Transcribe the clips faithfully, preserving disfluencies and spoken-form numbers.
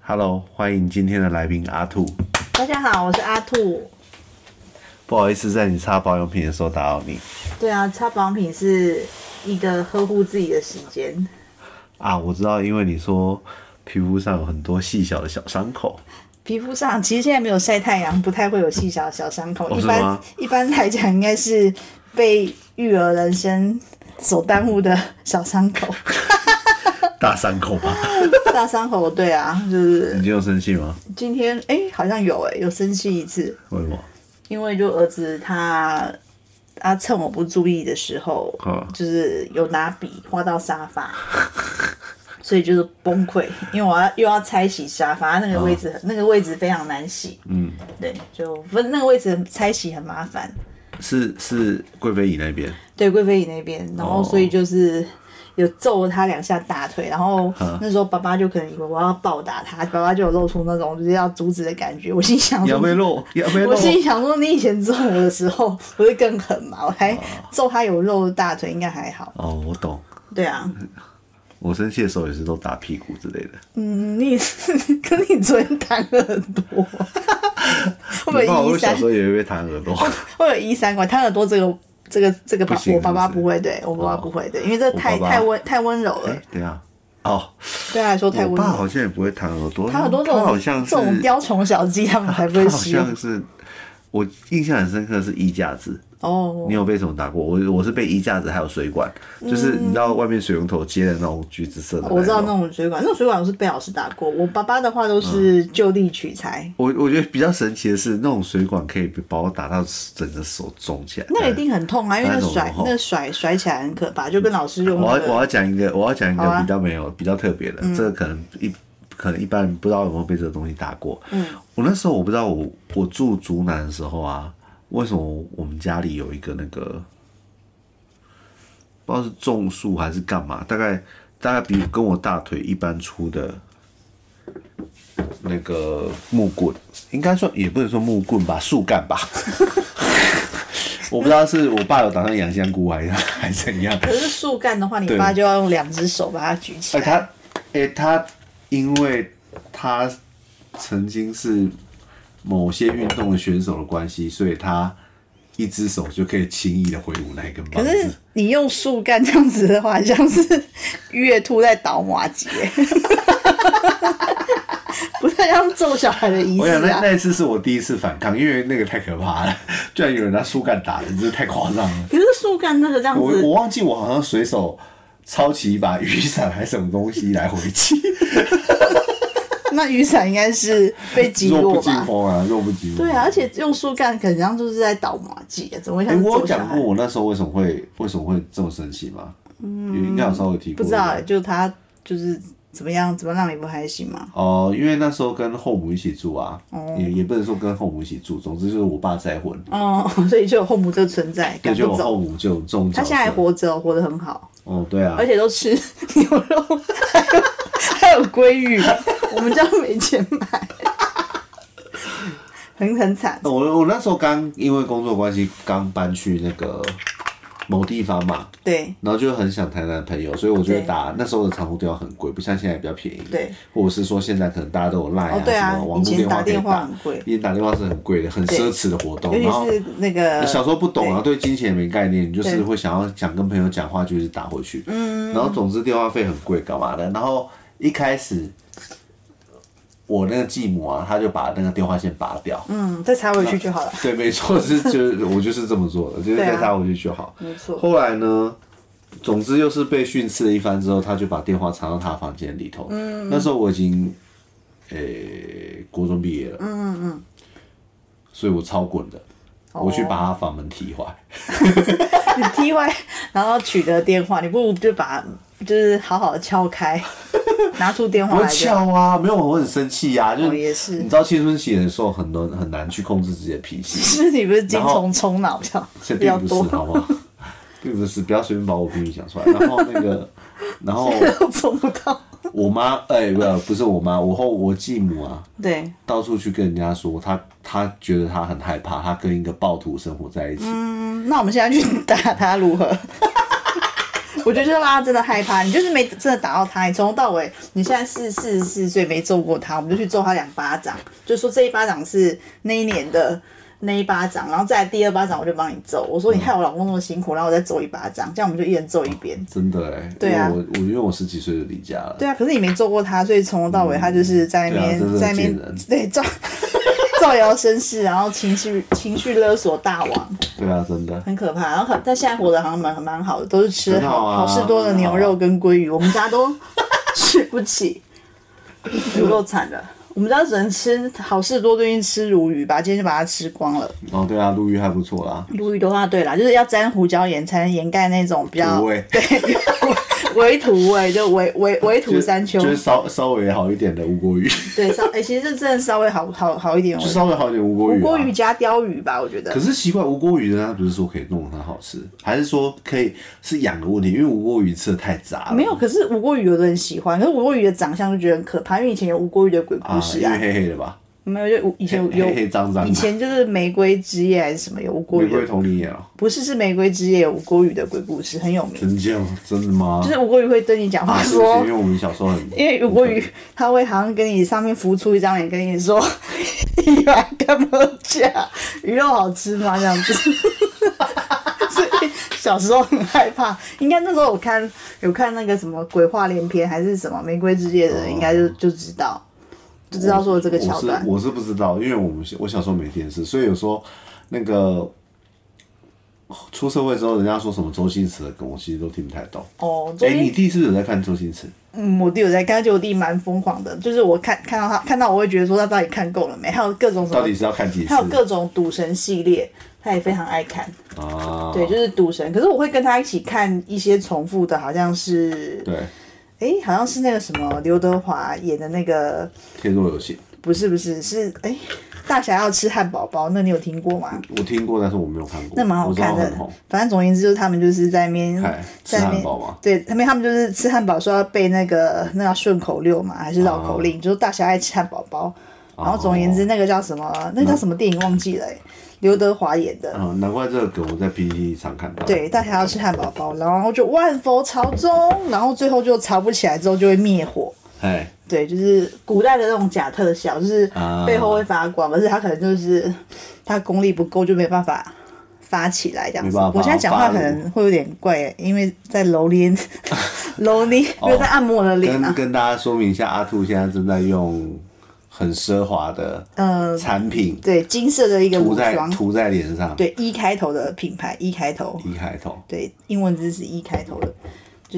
Hello， 欢迎今天的来宾阿兔。 大家好，我是阿兔。 不好意思，在你擦保养品的时候打扰你。 对啊，擦保养品是一个呵护自己的时间啊。我知道，因为你说皮肤上有很多细小的小伤口。 皮肤上其实现在没有晒太阳，不太会有细小的小伤口。 哦、 一般一般来讲，应该是被育儿人生所耽误的小伤口。 大伤口吧？ 大伤口，对啊，就是。 你今天有生气吗？ 今天哎、欸，好像有哎、欸，有生气一次。 为什么？ 因为就儿子他他趁我不注意的时候， 嗯、 就是有拿笔画到沙发。所以就是崩溃，因为我要又要拆洗沙发，那个位置、哦、那个位置非常难洗。嗯，对，就不是那个位置拆洗很麻烦。是是贵妃椅那边。 对，贵妃椅那边，然后所以就是有揍他两下大腿，然后那时候爸爸就可能以为我要暴打他，爸爸就有露出那种就是要阻止的感觉。我心想说， 要被露，要被露。 我心想说，你以前揍我的时候不是更狠吗？我还揍他有肉的大腿，应该还好。 哦，我懂。 对啊。 我生气的时候也是都打屁股之类的。 嗯，你可你昨天弹耳朵，会不会一三？ 我小时候也会被弹耳朵。 会有一三关弹耳朵这个这个这个，我爸爸不会，对我爸爸不会，对，因为这太太温太温柔了。 对啊，哦， 对他来说太温柔。 我爸好像也不会弹耳朵， 弹耳朵这种好像是这种雕虫小技，他们才不会使用。 好像是我印象很深刻的是衣架子。哦，你有被什么打过？我我是被衣架子还有水管，嗯、就是你知道外面水龙头接的那种橘子色的。 我知道那种水管，那种水管我是被老师打过。我爸爸的话都是就地取材。嗯、 我我觉得比较神奇的是，那种水管可以把我打到整个手肿起来。 那一定很痛啊，因为那甩那甩甩起来很可怕，就跟老师用、那個。我要我要讲一个，我要讲一个比较没有、啊、比较特别的， 嗯、 这个可能一可能一般人不知道有没有被这个东西打过。嗯，我那时候我不知道我我住竹南的时候啊。为什么我们家里有一个那个不知道是种树还是干嘛？大概大概比跟我大腿一般粗的那个木棍，应该说也不能说木棍吧，树干吧。我不知道是我爸有打算养香菇还是还是怎样。 可是树干的话，你爸就要用两只手把它举起来。 欸、他哎、欸、他因为他曾经是。某些运动的选手的关系，所以他一只手就可以轻易的挥舞那一根棒子。 可是你用树干这样子的话，像是月兔在捣麻糬，不太像揍小孩的意思、啊。 我想那那一次是我第一次反抗，因为那个太可怕了，居然有人拿树干打人，真是太夸张了。 可是树干那个这样子， 我我忘记我好像随手抄起一把雨伞还是什么东西来回击。 那雨伞应该是被击落吧？ 弱不禁风啊，弱不禁风。 对啊，而且用树干可能就是在捣麻糬，怎么会像？ 欸、我有讲过我那时候为什么会为什么会这么生气吗？嗯，应该有稍微提过。 不知道、欸，就他就是怎么样，怎么让你不开心吗？ 哦、呃，因为那时候跟后母一起住啊，哦、也也不能说跟后母一起住，总之就是我爸再婚。 哦，所以就有后母这个存在， 对，就有后母就有这种角色。 他现在还活着，活得很好。 哦，对啊， 而且都吃牛肉，还有还有鲑鱼。我们家没钱买，很很惨。 我我那时候刚因为工作关系刚搬去那个某地方嘛， 对， 然后就很想谈男朋友，所以我觉得打那时候的长途电话很贵，不像现在比较便宜， 对， 或者是说现在可能大家都有 Line 啊、 哦对啊， 什么网络电话可以打， 很贵， 以前打电话是很贵的，很奢侈的活动， 尤其是那个小时候不懂啊，对金钱没概念，你就是会想要想跟朋友讲话，就是打回去，嗯，然后总之电话费很贵，干嘛的？然后一开始。我那个继母啊，他就把那个电话线拔掉， 嗯，再插回去就好了。 对，没错，是就是我就是这么做的，就是再插回去就好。 没错。 后来呢，总之又是被训斥了一番之后，他就把电话藏到他房间里头。嗯。那时候我已经，诶、欸，国中毕业了。嗯嗯嗯。所以我超滚的，我去把他房门踢坏。 你踢坏，然后取得电话，你不如就把就是好好的敲开。拿出电话来。 我敲啊，没有，我很生气啊，就、 哦、也是。 你知道青春期的时候很多很难去控制自己的脾气。 是你不是精虫充脑比较多， 好不好？并不是，不要随便把我秘密讲出来。然后那个，然后都做不到。 我妈，哎、欸，不，不是我妈，我后我继母啊， 对， 到处去跟人家说，她她觉得她很害怕，她跟一个暴徒生活在一起。 嗯，那我们现在去打他如何？ 我觉得就让他真的害怕，你就是没真的打到他，你从头到尾，你现在是四十四岁没揍过他，我们就去揍他两巴掌，就说这一巴掌是那一年的那一巴掌，然后再来第二巴掌我就帮你揍，我说你害我老公那么辛苦，然后我再揍一巴掌，这样我们就一人揍一边。 真的哎， 对啊， 因为我我因为我十几岁就离家了。 对啊，可是你没揍过他，所以从头到尾他就是在那边、 嗯、 在那边对造造谣生事，然后情绪情绪勒索大王。 对啊，真的很可怕。然后他现在活得好像蛮蛮好的，都是吃好好,、 啊、 好事多的牛肉跟鲑鱼，我们家都吃不起，有够惨的。我们家只能吃好事多，最近吃鲈鱼吧，今天就把它吃光了。 哦，对啊，鲈鱼还不错啦。 鲈鱼的话，对啦，就是要沾胡椒盐才能掩盖那种比较土味， 对，微土味，就微微微土山丘， 就是稍稍微好一点的吴郭鱼。 对，稍哎、欸，其实这真的稍微好好好一点， 就稍微好一点吴郭鱼、啊。 吴郭鱼加鲷鱼吧，我觉得。 可是奇怪，吴郭鱼人家不是说可以弄得很好吃，还是说可以是养的问题？因为吴郭鱼吃的太杂了。 没有，可是吴郭鱼有的人喜欢，可是吴郭鱼的长相就觉得很可怕，因为以前有吴郭鱼的鬼故事啊， 啊因为黑黑的吧。 没有，就以前有黑黑脏脏， 以前就是玫瑰之夜还是什么有吴郭鱼， 玫瑰童林眼哦， 不是是玫瑰之夜有吴郭鱼的鬼故事，很有名。 真这样，真的吗？ 就是吴郭鱼会对你讲话说， 啊、因为我们小时候很， 因为吴郭鱼他会好像跟你上面浮出一张脸，跟你说你来干嘛讲鱼肉好吃吗？这样子。所以小时候很害怕，应该那时候我看有看那个什么鬼话连篇还是什么玫瑰之夜的人，应该就就知道。就知道说这个桥段， 我是我是不知道，因为我们我小时候没电视，所以有时候那个出社会之后，人家说什么周星驰的梗，我其实都听不太懂。 哦， 哎、欸，你弟是不是有在看周星驰？ 嗯，我弟有在看，而且我弟蛮疯狂的，就是我看看到他看到我会觉得说他到底看够了没？还有各种什么， 到底是要看几次？ 还有各种赌神系列，他也非常爱看。 啊， 对，就是赌神。可是我会跟他一起看一些重复的，好像是对。 哎、欸，好像是那个什么刘德华演的那个《 天若有情》， 不是不是是哎、欸，大侠要吃汉堡包，那你有听过吗？ 我听过，但是我没有看过。 那蛮好看的。反正总而言之，就是他们就是在那边吃汉堡嘛。 对，他们他们就是吃汉堡，说要背那个那叫顺口溜嘛，还是绕口令？啊、就是大侠爱吃汉堡包。然后总而言之，那个叫什么？那个叫什么电影忘记了、欸？刘德华演的， 嗯，难怪这个梗我在 P P T 上看到。 对，大侠要吃汉堡包，然后就万佛朝宗，然后最后就吵不起来，之后就会灭火。 哎， 对，就是古代的那种假特效，就是背后会发光，可是他可能就是他功力不够，就没办法发起来这样子。我现在讲话可能会有点怪，因为在揉脸，揉脸，没有在按摩我的脸啊。 跟跟大家说明一下，阿兔现在正在用很奢华的呃产品， 对，金色的一个乳霜涂在脸上， 对，一开头的品牌，一开头， 一开头， 对，英文字是一开头的，就是。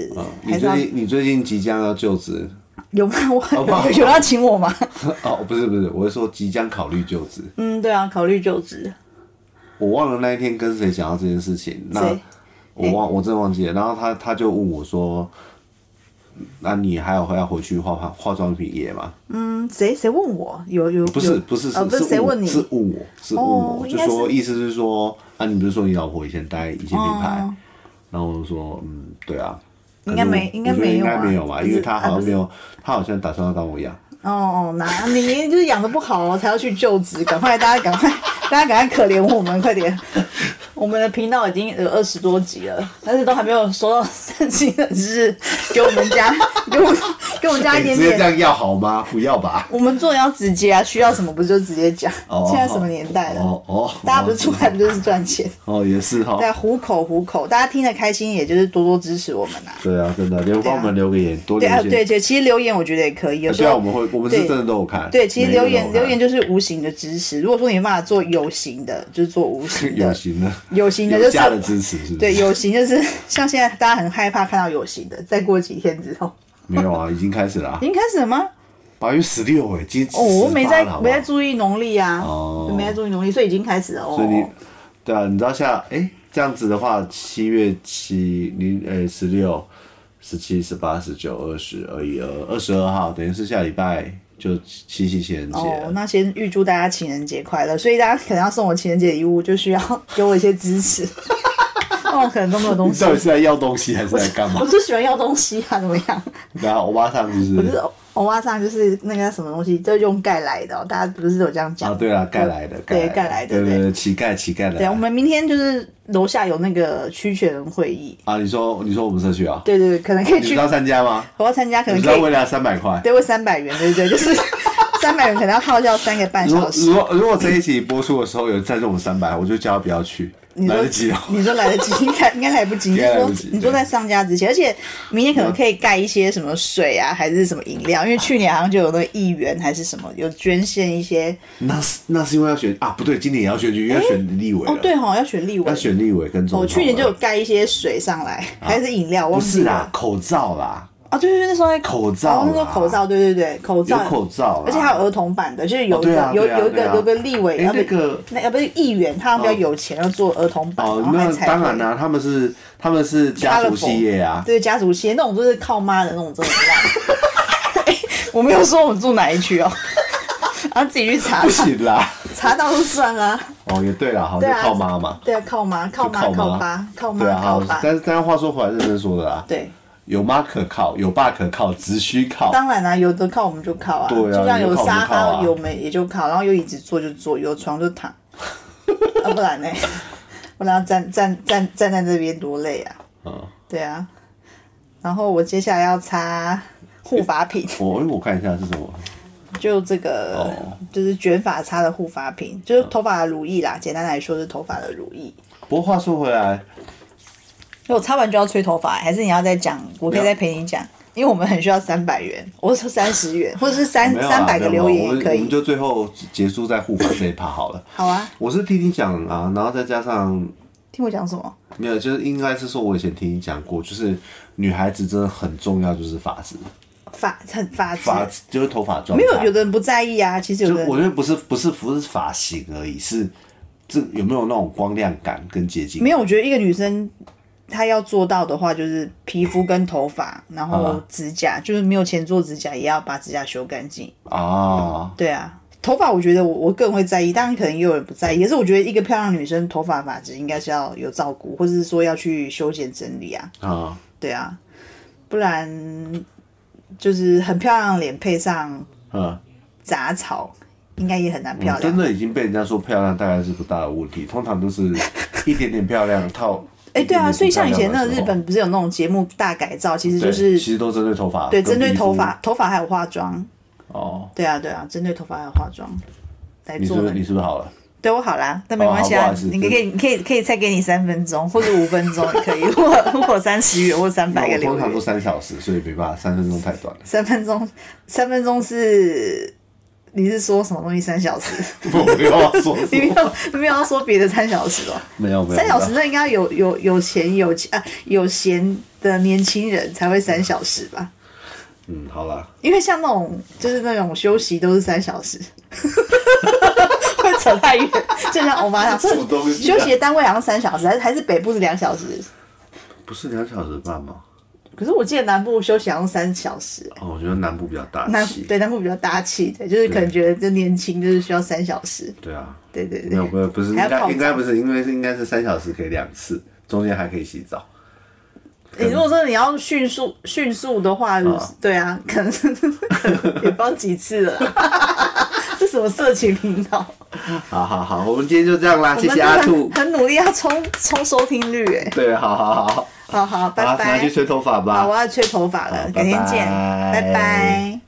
嗯，你最近你最近即将要就职， 有吗？我、哦、有要请我吗？ 哦，不是不是，我是说即将考虑就职。 嗯，对啊，考虑就职。 我忘了那一天跟谁讲到这件事情，那我忘我真的忘记了。然后他他就问我说。那你还有要回去化化化妆品业吗？ 嗯，谁谁问我？有有不是不是是、 哦、不是谁问你？ 是问我是问我， 哦、 就说意思是说啊，你不是说你老婆以前待一线品牌，哦、然后我就说嗯，对啊， 应该没应该没有、啊， 应该没有吧，因为他好像没有，啊、他好像打算要当我养。 哦哦，哪你就是养的不好哦，才要去就职，赶快大家赶快大家赶快可怜我们，快点！我们的频道已经有二十多集了，但是都还没有收到圣经的，就是给我们家给我给我们家一点点。 直接这样要好吗？不要吧。 我们做人要直接啊，需要什么不就直接讲。 哦、 现在什么年代了？ 哦哦， 大家不是出来不就是赚钱？ 哦，也是哈、哦。 对啊，糊口糊口，大家听得开心，也就是多多支持我们啊。 对啊，真的，留帮我们留个言，多留言。对啊，对对，其实留言我觉得也可以，有时候、 啊、对啊，我们会我们是真的都有看。 对，其实留言留言就是无形的支持。如果说你没办法做有形的，就是做无形的。 有形的。 有形的就是。 的支持是不是？ 对，有形就是像现在大家很害怕看到有形的，再过几天之后。 没有啊，已经开始了、啊。 已经开始了吗？ 八月十六哎，今哦，我没在没在注意农历啊， 哦， 没在注意农历，所以已经开始了哦。 所以你，对啊，你知道下哎、欸、这样子的话，七月七零哎十六、十七、十八、十九、二十、二一、二二十二号，等于是下礼拜。就七夕情人节哦，那先预祝大家情人节快乐。所以大家可能要送我情人节礼物，就需要给我一些支持。 他们可能都没有东西。 你到底是在要东西还是在干嘛？ 我就喜欢要东西啊，怎么样？ 然后欧巴桑就是， 我就是欧巴桑，就是那个什么东西，就用盖来的、哦，大家不是有这样讲？ 啊，对啊，盖来的， 对，盖来的， 对对对，乞丐乞丐的。 对，我们明天就是楼下有那个区权人会议啊。你说你说我们社区啊？ 对对对，可能可以去。 你要参加吗？ 我要参加，可能可以。你知道为了三百块？ 对，为三百元，对不对？就是三百元，可能要耗掉三个半小时。 如果如果这一期播出的时候有赞助我们三百，我就叫他不要去。来得及哦， 你说来得及，应该应该来不及。你说你说在上架之前，而且明天可能可以盖一些什么水啊，还是什么饮料，因为去年好像就有那个议员还是什么有捐献一些。 那是那是因为要选啊，不对，今年也要选举，因为要选立委了。 哦，对哈、哦，要选立委， 要选立委跟总统。 我、哦、去年就有盖一些水上来，啊、还是饮料，我忘记了。 不是啦，口罩啦。 哦，对对对，那时候在口罩、 哦，那时候口罩，对对对，口罩， 有口罩， 而且还有儿童版的，就是有一个、 哦啊、 有有一个、 啊、 有个立委， 那个那要不是议员，他们比较有钱，要做儿童版， 哦，那当然啦、啊，他们是他们是家族企业啊， 对，家族企业那种就是靠妈的那种，真的烂。欸、我没有说我们住哪一区哦，然后自己去查， 不行啦， 查到就算啦。 哦，也对啦，好，就靠妈嘛， 对啊，靠妈，靠妈，靠爸，靠妈，靠爸。 但是但是话说回来，认真说的啦， 对。 有妈可靠，有爸可靠，只需靠。 当然啦、啊，有的靠我们就靠啊， 对啊， 就像有沙发、 啊、 有门也就靠，然后有椅子坐就坐，有床就躺，啊不然呢？不然要站站站站在这边多累啊！嗯，对啊。然后我接下来要擦护发品。 我我看一下是什么。 就这个、哦、就是卷发擦的护发品，就是头发的乳液啦。简单来说是头发的乳液。 不过话说回来。 我擦完就要吹头发，还是你要再讲？我可以再陪你讲，因为我们很需要三百元，我说三十元，或者是三三百个留言也可以。 我们就最后结束在护发这一趴好了。 好啊。 我是听你讲啊，然后再加上听我讲什么？ 没有，就是应该是说我以前听你讲过，就是女孩子真的很重要，就是发质。 发很发质， 发就是头发状态。 没有，有的人不在意啊。其实有的人， 我觉得不是不是不是发型而已，是这有没有那种光亮感跟洁净？ 没有，我觉得一个女生。她要做到的话，就是皮肤跟头发，然后指甲，啊、就是没有钱做指甲，也要把指甲修干净。 啊， 对啊，头发我觉得我我更会在意，当然可能也有人不在意，可是我觉得一个漂亮女生头发发质应该是要有照顾，或者是说要去修剪整理啊。啊，对啊，不然就是很漂亮的脸配上杂草，应该也很难漂亮、嗯。 真的已经被人家说漂亮，大概是不大的问题，通常都是一点点漂亮套。 哎、欸，对啊，所以像以前那个日本不是有那种节目大改造，其实就是其实都针对头发， 对，针对头发，头发还有化妆。 哦， 对啊，对啊，针对头发还有化妆来做。 你是不是你是不是好了？ 对我好啦，但没关系啊，你可以你可以可以再给你三分钟或者五分钟也可以，如果如果三十元或三百个留言。 通常都三小时，所以没办法，三分钟太短了。 三分钟，三分钟是。你是说什么东西三小时？ 我没有要说， 你没有你没有要说别的三小时哦。 没有没有， 三小时那应该有有有钱有钱啊有闲的年轻人才会三小时吧？ 嗯，好啦。 因为像那种就是那种休息都是三小时，会扯太远。就像我妈讲， 什么东西、 啊？休息的单位好像三小时，还是还是北部是两小时？ 不是两小时半吗？ 可是我记得南部休息好像三小时、欸。 哦，我觉得南部比较大气。 对，南部比较大气的，就是可能觉得就年轻，就是需要三小时。 对啊。 对对对。 没有没有，不是应该应该不是，因为是应该是三小时可以两次，中间还可以洗澡。 你、欸、如果说你要迅速迅速的话，就是哦、对啊，可能可能也不知道几次了。这什么色情频道？ 好好好，我们今天就这样啦，谢谢阿兔。 很努力要冲冲收听率哎。 对，好好好。 好好，拜拜。 拿去吹头发吧。 好，我要吹头发了，改天见，拜拜。